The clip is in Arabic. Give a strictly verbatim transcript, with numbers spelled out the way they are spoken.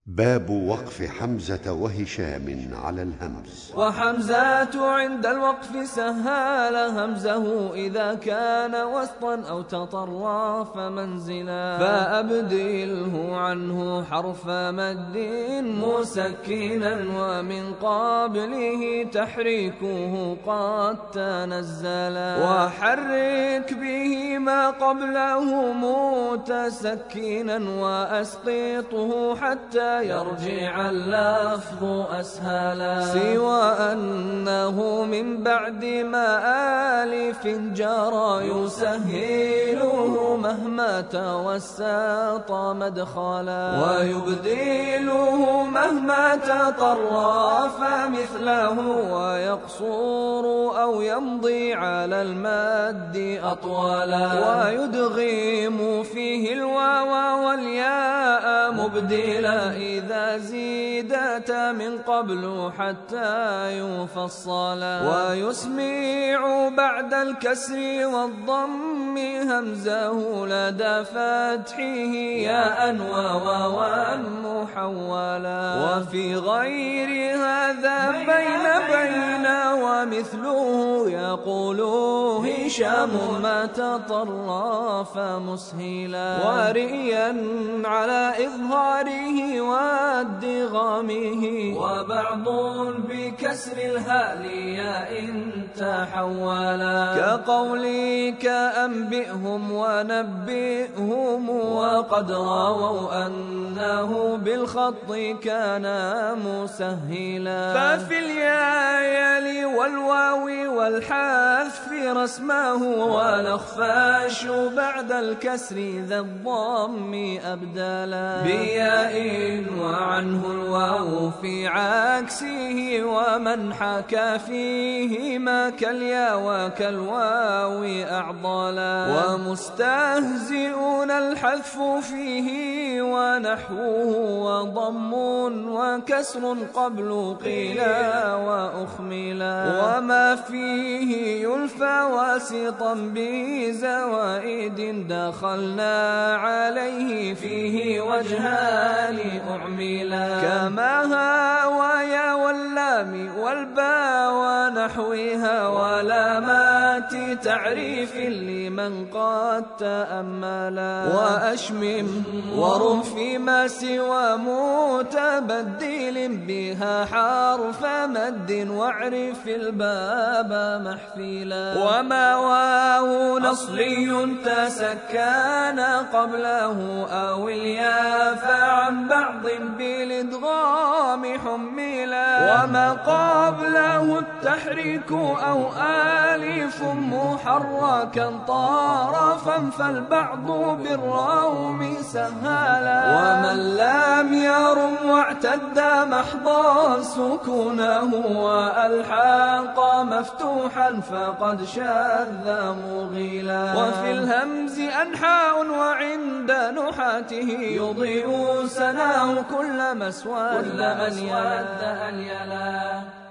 باب وقف حمزة وهشام على الهمز. وحمزة عند الوقف سهل همزه إذا كان وسطا أو تطرف منزلا، فأبدله عنه حرف مد مسكنا ومن قبله تحريكه قد تنزلا، وحرك به ما قبله متسكنا وأسقطه حتى يرجع اللفظ أسهلا، سوى أنه من بعد ما آلف جرى يسهله مهما توسط مدخلا، ويبدله مهما تطرف مثله ويقصر أو يمضي على المد أطولا، ويدغم فيه الواو والياء مبدلا إذا زيدت من قبل حتى يفصلا، ويسمع بعد الكسر والضم همزه لدى فتحه ياء وواوا محولا، وفي غير هذا بين بين ومثله يقول هشام ما تطرف مسهلا، ورئيا على إظهاره وادغامه، وبعض بكسر الهاء ياء تحولا، كقولك أنبئهم ونبئهم، وقد رووا أنه بالخط كان مسهلا، ففي الياء يلي والواو والحذف رسمه، والأخفاش بعد الكسر ذا الضم أبدلا، بياء وعنه الواو في عكسه، ومن حكى فيهما كالياء وكالواو أعضلا، ومستهزئون الحذف فيه ونحوه وضم وكسر قبل قيلا وأخملا، وما فيه يلفى واسطا بزوائد دخلنا عليه فيه وجهان أعملا، كما ها ويا واللام والباء ونحوها ولامات تعريف لمن قد تأملا، وأشمم ورم فيما سوى متبدل بها حرف مد واعرف الباب محفلا، وما واو نصلي تسكن قبله أو الياء فعن بعض بالإدغام حملا، وما قبله التحريك أو آلف محركا طرفا فالبعض بالروم سهلا، ومن لم يرم واعتد محضا سكونه وألحق مفتوحا فقد شذ مغيلا، وفي الهمز أنحاء وعند نحاته يضيء سناه كل مسواد أن يلا